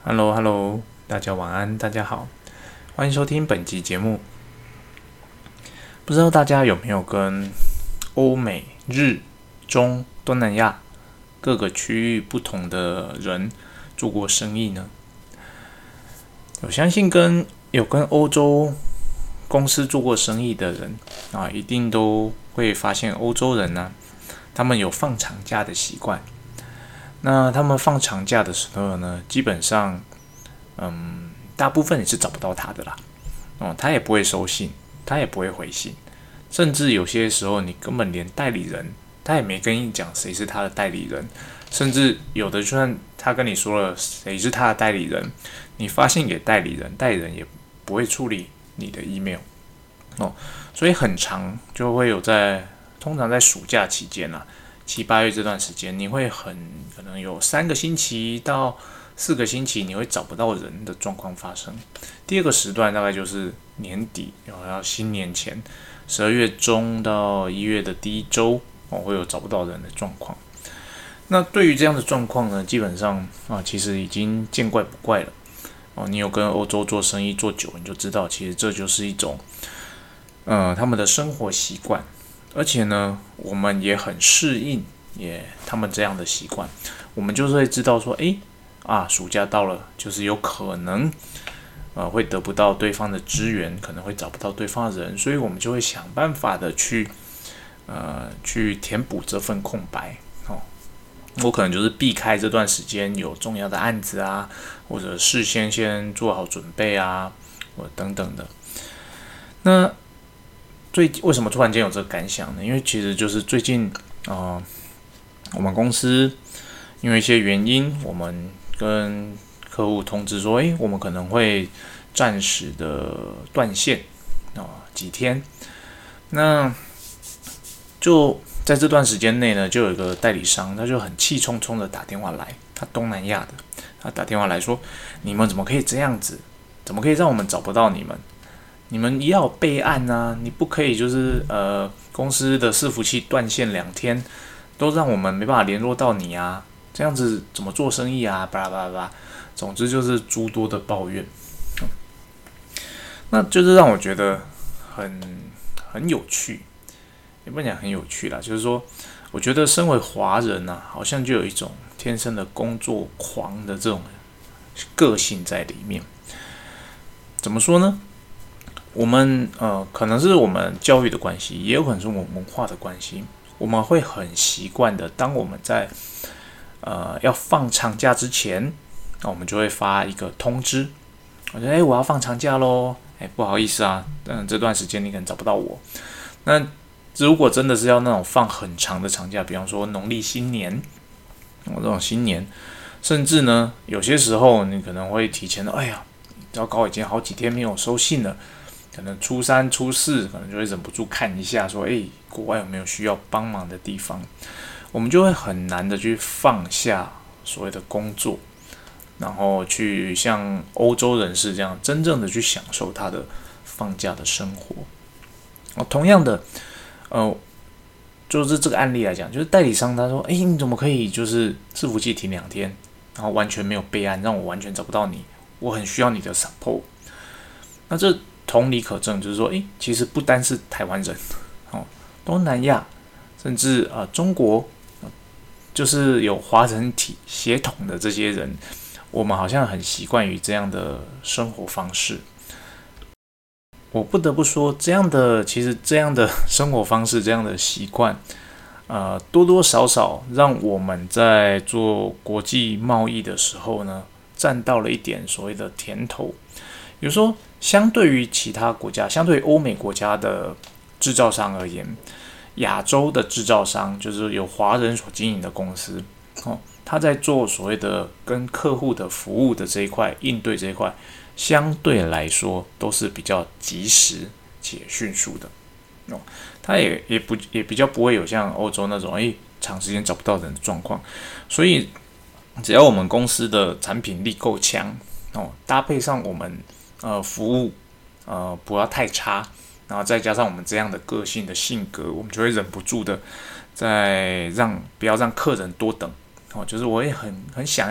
Hello，大家晚安，大家好，欢迎收听本集节目。不知道大家有没有跟欧美、日、中、东南亚各个区域不同的人做过生意呢？我相信有跟欧洲公司做过生意的人啊，一定都会发现欧洲人呢，他们有放长假的习惯。那他们放长假的时候呢，基本上，大部分你是找不到他的啦。他也不会收信，他也不会回信，甚至有些时候你根本连代理人，他也没跟你讲谁是他的代理人，甚至有的就算他跟你说了谁是他的代理人，你发信给代理人，代理人也不会处理你的 email。所以很长就会有通常在暑假期间啦。7、8月这段时间，你会可能有3个星期到4个星期，你会找不到人的状况发生。第二个时段大概就是年底，要新年前，12月中到1月的第一周，会有找不到人的状况。那对于这样的状况呢，基本上其实已经见怪不怪了。你有跟欧洲做生意做久，你就知道，其实这就是一种他们的生活习惯。而且呢，我们也很适应他们这样的习惯，我们就是会知道说，暑假到了，就是有可能会得不到对方的支援，可能会找不到对方的人，所以我们就会想办法的去填补这份空白。我可能就是避开这段时间有重要的案子啊，或者事先做好准备啊，或等等的。那为什么突然间有这个感想呢？因为其实就是最近我们公司因为一些原因，我们跟客户通知说，我们可能会暂时的断线几天。那就在这段时间内呢，就有一个代理商，他就很气冲冲的打电话来，他东南亚的，他打电话来说，你们怎么可以这样子？怎么可以让我们找不到你们？你们也要备案啊！你不可以就是公司的伺服器断线2天，都让我们没办法联络到你啊！这样子怎么做生意啊？巴拉巴拉巴拉，总之就是诸多的抱怨。那就是让我觉得很有趣，也不能讲很有趣啦，就是说，我觉得身为华人啊，好像就有一种天生的工作狂的这种个性在里面。怎么说呢？我们可能是我们教育的关系，也有可能是我们文化的关系，我们会很习惯的，当我们在要放长假之前，我们就会发一个通知，我觉得我要放长假咯，不好意思啊，这段时间你可能找不到我。那如果真的是要那种放很长的长假，比方说农历新年，这种新年，甚至呢有些时候你可能会提前糟糕，已经好几天没有收信了。可能初3、初4，可能就会忍不住看一下，说，国外有没有需要帮忙的地方？我们就会很难的去放下所谓的工作，然后去像欧洲人士这样，真正的去享受他的放假的生活。同样的，就是这个案例来讲，就是代理商他说，你怎么可以就是伺服器停2天，然后完全没有备案，让我完全找不到你，我很需要你的 support。那这同理可证，就是说，其实不单是台湾人，东南亚，甚至中国，就是有华人血统的这些人，我们好像很习惯于这样的生活方式。我不得不说，其实这样的生活方式，这样的习惯，多多少少让我们在做国际贸易的时候呢，占到了一点所谓的甜头。比如说，相对于其他国家，相对于欧美国家的制造商而言，亚洲的制造商就是由华人所经营的公司，他在做所谓的跟客户的服务的这一块，应对这一块，相对来说都是比较及时且迅速的。他也比较不会有像欧洲那种长时间找不到人的状况。所以，只要我们公司的产品力够强，搭配上我们服务不要太差，然后再加上我们这样的个性的性格，我们就会忍不住的不要让客人多等。就是我也很想要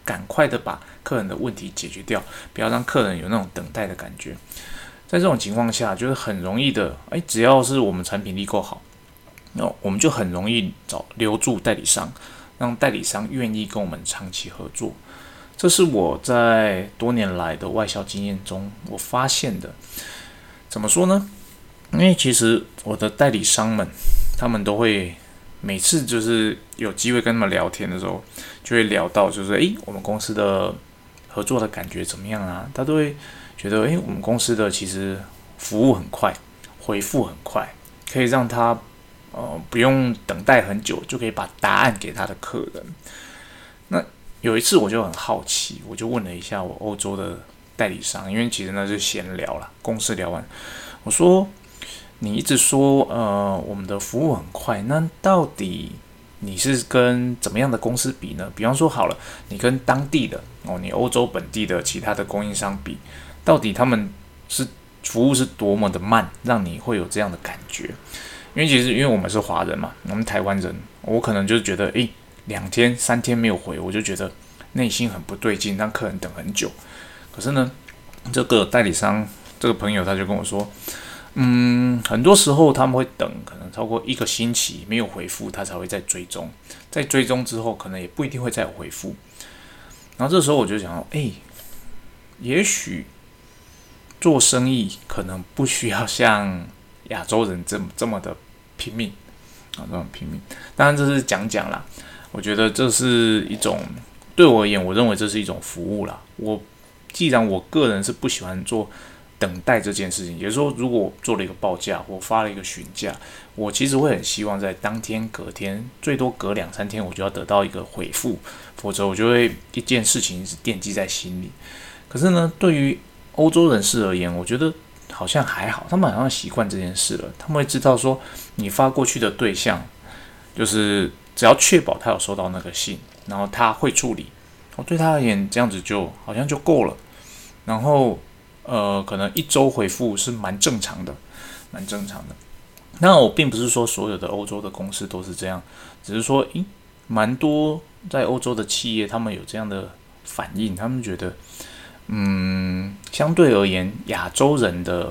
赶快的把客人的问题解决掉，不要让客人有那种等待的感觉。在这种情况下，就是很容易的，只要是我们产品力够好，我们就很容易留住代理商，让代理商愿意跟我们长期合作。这是我在多年来的外销经验中我发现的。怎么说呢？因为其实我的代理商们，他们都会每次就是有机会跟他们聊天的时候，就会聊到就是我们公司的合作的感觉怎么样啊？他都会觉得我们公司的其实服务很快，回复很快，可以让他不用等待很久就可以把答案给他的客人。那有一次我就很好奇，我就问了一下我欧洲的代理商，因为其实那是闲聊啦，公事聊完，我说你一直说我们的服务很快，那到底你是跟怎么样的公司比呢？比方说好了，你跟当地的你欧洲本地的其他的供应商比，到底他们是服务是多么的慢，让你会有这样的感觉？因为其实因为我们是华人嘛，我们台湾人，我可能就觉得2天3天没有回，我就觉得内心很不对劲，让客人等很久。可是呢，这个代理商这个朋友他就跟我说，很多时候他们会等可能超过1个星期没有回复，他才会再追踪，在追踪之后可能也不一定会再有回复。然后这时候我就想也许做生意可能不需要像亚洲人这么的拼命这么拼命。当然这是讲啦，我觉得这是一种对我而言，我认为这是一种服务啦。既然我个人是不喜欢做等待这件事情，也就是说，如果我做了一个报价，我发了一个询价，我其实会很希望在当天、隔天，最多隔2-3天，我就要得到一个回复，否则我就会一件事情是惦记在心里。可是呢，对于欧洲人士而言，我觉得好像还好，他们好像习惯这件事了，他们会知道说你发过去的对象，就是只要确保他有收到那个信，然后他会处理，对他而言这样子就好像就够了。然后可能1周回复是蛮正常的。那我并不是说所有的欧洲的公司都是这样，只是说蛮多在欧洲的企业他们有这样的反应，他们觉得相对而言亚洲人的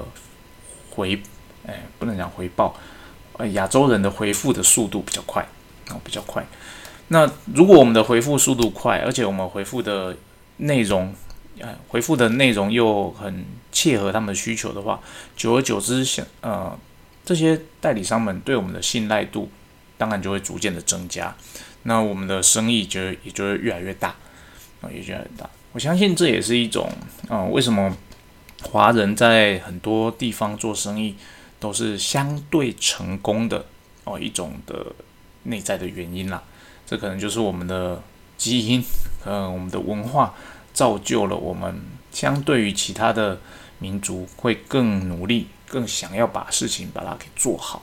不能讲回报，亚洲人的回复的速度比较快。那如果我们的回复速度快，而且我们回复的内容又很切合他们的需求的话，久而久之，这些代理商们对我们的信赖度当然就会逐渐的增加，那我们的生意也就会越来越大，我相信这也是一种为什么华人在很多地方做生意都是相对成功的一种的内在的原因啦。这可能就是我们的基因，我们的文化造就了我们相对于其他的民族会更努力，更想要把事情把它给做好。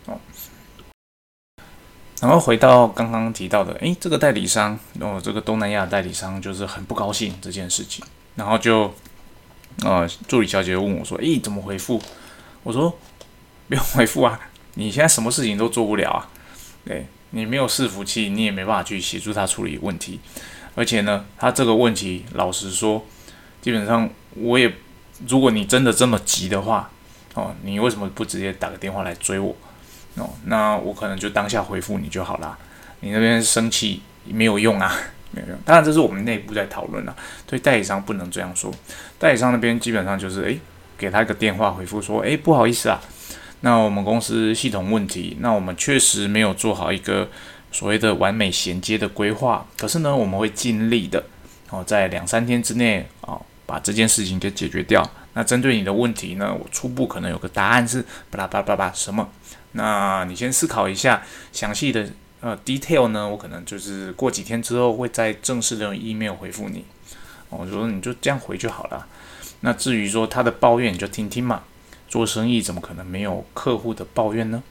然后回到刚刚提到的，这个代理商，这个东南亚代理商就是很不高兴这件事情，然后就助理小姐问我说，怎么回复？我说不用回复啊，你现在什么事情都做不了啊，对，你没有伺服器，你也没办法去协助他处理问题。而且呢，他这个问题，老实说，基本上如果你真的这么急的话，你为什么不直接打个电话来追我？那我可能就当下回复你就好啦。你那边生气没有用啊，没有用。当然这是我们内部在讨论啦，对代理商不能这样说。代理商那边基本上就是给他一个电话回复说，不好意思啊，那我们公司系统问题，那我们确实没有做好一个所谓的完美衔接的规划，可是呢，我们会尽力的在2-3天之内把这件事情给解决掉。那针对你的问题呢，我初步可能有个答案是巴拉巴拉巴拉什么，那你先思考一下详细的detail 呢，我可能就是过几天之后会再正式的用 email 回复你。我说你就这样回就好了。那至于说他的抱怨，你就听听嘛。做生意怎么可能没有客户的抱怨呢？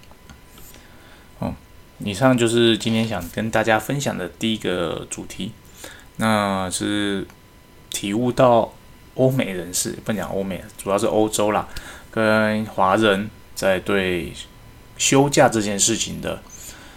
以上就是今天想跟大家分享的第一个主题，那是体悟到欧美人士，不讲欧美，主要是欧洲啦，跟华人在对休假这件事情的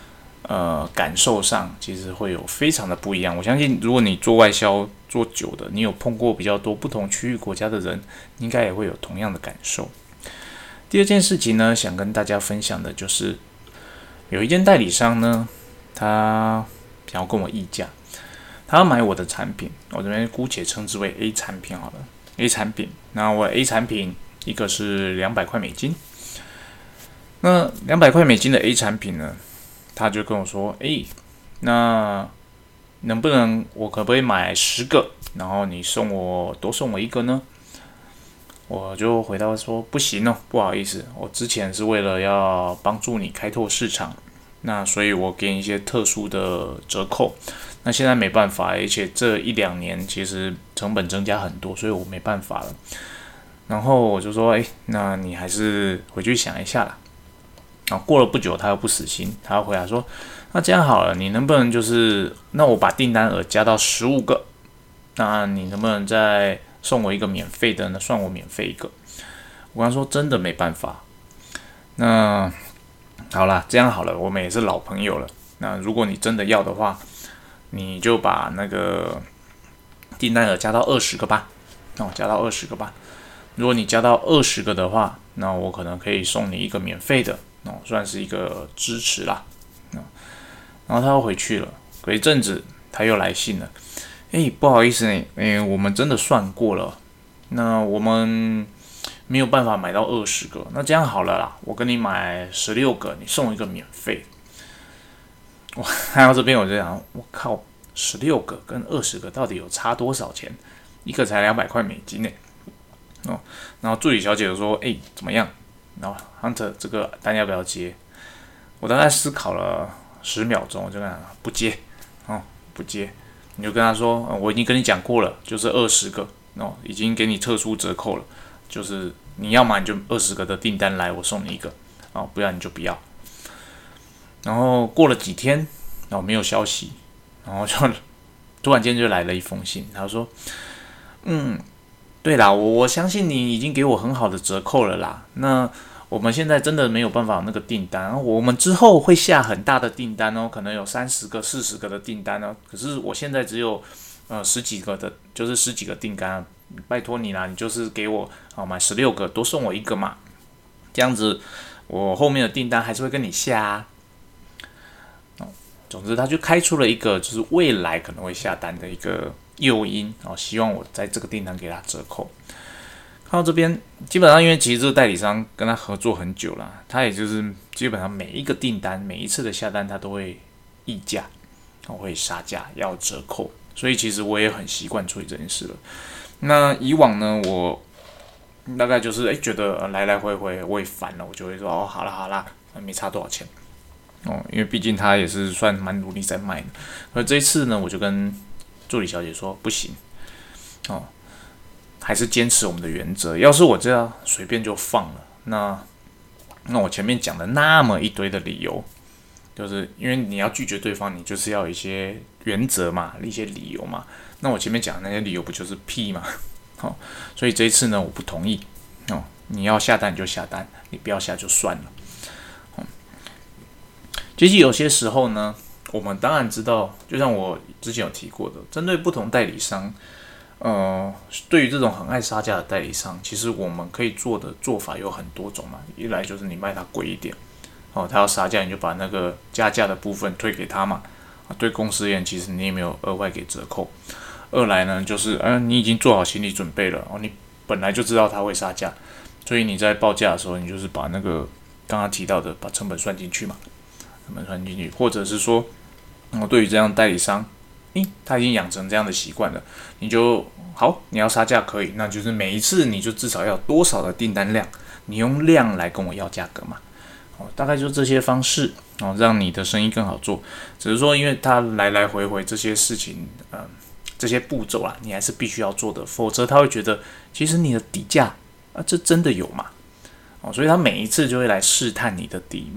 感受上其实会有非常的不一样。我相信，如果你做外销做久的，你有碰过比较多不同区域国家的人，应该也会有同样的感受。第二件事情呢，想跟大家分享的就是，有一间代理商呢，他想要跟我议价，他要买我的产品，我这边姑且称之为 A 产品好了。A 产品，那我 A 产品一个是$200。那$200的 A 产品呢，他就跟我说，那能不能我可不可以买10个，然后你多送我一个呢？我就回答说不行哦，不好意思，我之前是为了要帮助你开拓市场，那所以我给你一些特殊的折扣。那现在没办法，而且这1-2年其实成本增加很多，所以我没办法了。然后我就说，那你还是回去想一下啦。然后过了不久，他又不死心，他又回答说，那这样好了，你能不能那我把订单额加到15个，那你能不能再送我一个免费的呢？算我免费一个。我跟他说真的没办法。那好啦，这样好了，我们也是老朋友了。那如果你真的要的话，你就把那个订单额加到20个吧。加到20个吧。如果你加到20个的话，那我可能可以送你一个免费的，算是一个支持啦。然后他又回去了，隔一阵子他又来信了。不好意思我们真的算过了，那我们没有办法买到20个，那这样好了啦，我跟你买16个，你送一个免费。我看到这边我就想，我靠，16个跟20个到底有差多少钱？一个才$200呢。然后助理小姐就说，怎么样？然后 Hunter 这个单要不要接？我大概思考了10秒钟，我就跟他不接，不接。你就跟他说，我已经跟你讲过了，就是20个，已经给你特殊折扣了，就是你要买你就20个的订单来，我送你一个，不然你就不要。然后过了几天，没有消息，然后就突然间就来了一封信，他说，对啦，我相信你已经给我很好的折扣了啦，那我们现在真的没有办法有那个订单，我们之后会下很大的订单哦，可能有30个、40个的订单哦。可是我现在只有10几个的，就是10几个订单，拜托你啦，你就是给我买16个，多送我一个嘛，这样子我后面的订单还是会跟你下啊。总之，他就开出了一个就是未来可能会下单的一个诱因，希望我在这个订单给他折扣。看到这边，基本上因为其实这个代理商跟他合作很久了，他也就是基本上每一个订单、每一次的下单，他都会议价，会杀价，要折扣，所以其实我也很习惯处理这件事了。那以往呢，我大概就是觉得来来回回我也烦了，我就会说好啦，没差多少钱因为毕竟他也是算蛮努力在卖的。而这一次呢，我就跟助理小姐说不行还是坚持我们的原则。要是我这样随便就放了，那我前面讲的那么一堆的理由，就是因为你要拒绝对方，你就是要有一些原则嘛，一些理由嘛。那我前面讲的那些理由不就是屁嘛？所以这一次呢，我不同意你要下单你就下单，你不要下就算了。其实有些时候呢，我们当然知道，就像我之前有提过的，针对不同代理商。对于这种很爱杀价的代理商，其实我们可以做的做法有很多种嘛。一来就是你卖他贵一点，他要杀价，你就把那个加价的部分退给他嘛。对公司而言，其实你也没有额外给折扣。二来呢，就是你已经做好心理准备了，你本来就知道他会杀价，所以你在报价的时候，你就是把那个刚刚提到的把成本算进去嘛，或者是说，对于这样的代理商。他已经养成这样的习惯了，你要杀价可以，那就是每一次你就至少要有多少的订单量，你用量来跟我要价格嘛。大概就这些方式让你的生意更好做。只是说，因为他来来回回这些事情，这些步骤你还是必须要做的，否则他会觉得其实你的底价这真的有嘛？所以他每一次就会来试探你的底，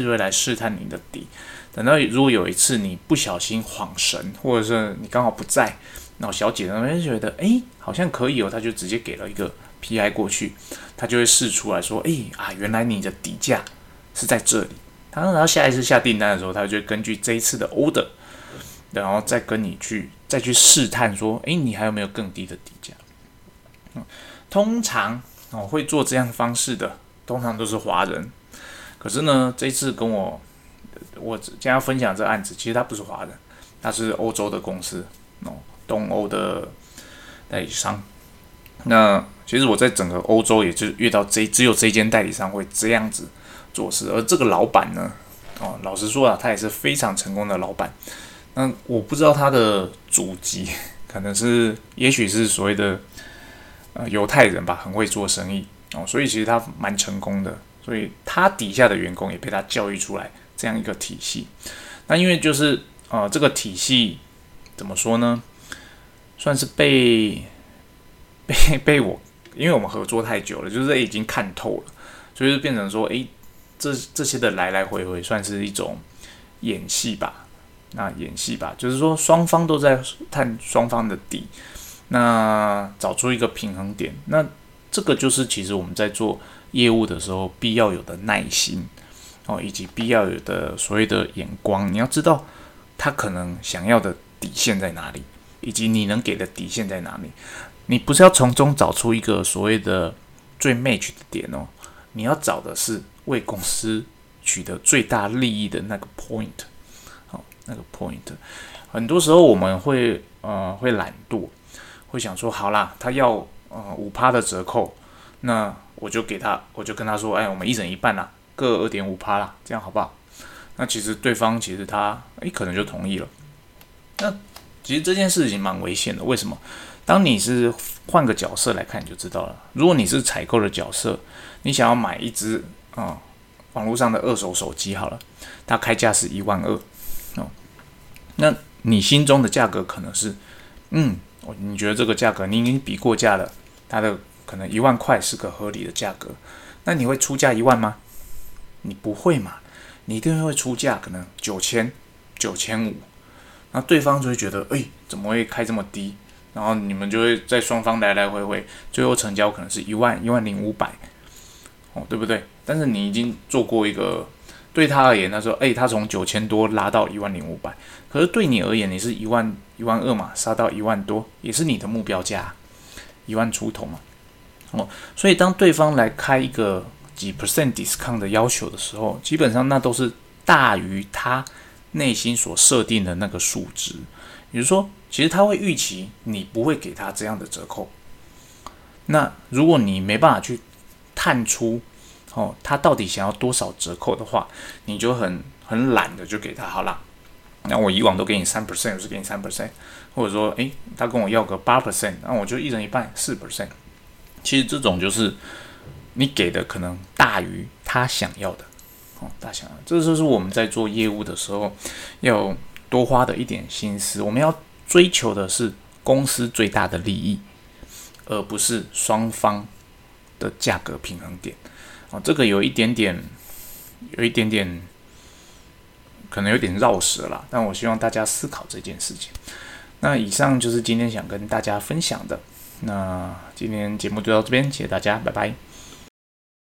等到如果有一次你不小心晃神，或者是你刚好不在，然后小姐那边觉得好像可以他就直接给了一个 PI 过去，他就会试出来说原来你的底价是在这里， 他下一次下订单的时候，他就会根据这一次的 order， 然后再跟你再去试探说，你还有没有更低的底价？通常会做这样方式的，通常都是华人。可是呢，这一次跟我今天要分享这个案子，其实他不是华人，他是欧洲的公司，东欧的代理商。那其实我在整个欧洲也就遇到只有这间代理商会这样子做事，而这个老板呢，老实说啊，他也是非常成功的老板。那我不知道他的祖籍，可能是也许是所谓的犹太人吧，很会做生意所以其实他蛮成功的，所以他底下的员工也被他教育出来这样一个体系。那因为就是这个体系怎么说呢，算是被我，因为我们合作太久了，就是已经看透了，所以就变成说，这些的来来回回算是一种演戏吧。那演戏吧，就是说双方都在探双方的底，那找出一个平衡点。那这个就是其实我们在做业务的时候必要有的耐心以及必要有的所谓的眼光。你要知道他可能想要的底线在哪里，以及你能给的底线在哪里。你不是要从中找出一个所谓的最 match 的点你要找的是为公司取得最大利益的那个 point。那个 point， 很多时候我们会懒惰，会想说好啦，他要5% 的折扣，那我就跟他说，我们一人一半啦，各 2.5% 啦，这样好不好？那其实对方他可能就同意了。那其实这件事情蛮危险的，为什么？当你是换个角色来看，你就知道了。如果你是采购的角色，你想要买一只网络上的二手手机好了，它开价是12000那你心中的价格可能是，你觉得这个价格你已经比过价了，它的可能10000块是个合理的价格，那你会出价10000吗？你不会嘛，你一定会出价可能9000、9500，那对方就会觉得，怎么会开这么低？然后你们就会在双方来来回回，最后成交可能是10000、10500，对不对？但是你已经做过一个。对他而言，他说，他从9000多拉到10500，可是对你而言，你是12000嘛，杀到10000多，也是你的目标价，10000出头嘛，所以当对方来开一个几 percent discount 的要求的时候，基本上那都是大于他内心所设定的那个数值，也就是说，其实他会预期你不会给他这样的折扣，那如果你没办法去探出。他到底想要多少折扣的话，你就很懒的就给他好啦。那我以往都给你 3%， 我是给你 3%， 或者说，他跟我要个 8%， 那我就一人一半 4%。其实这种就是你给的可能大于他想要的，这就是我们在做业务的时候要多花的一点心思。我们要追求的是公司最大的利益，而不是双方的价格平衡点。这个有一点点，可能有点绕舌啦，但我希望大家思考这件事情。那以上就是今天想跟大家分享的。那今天节目就到这边，谢谢大家，拜拜。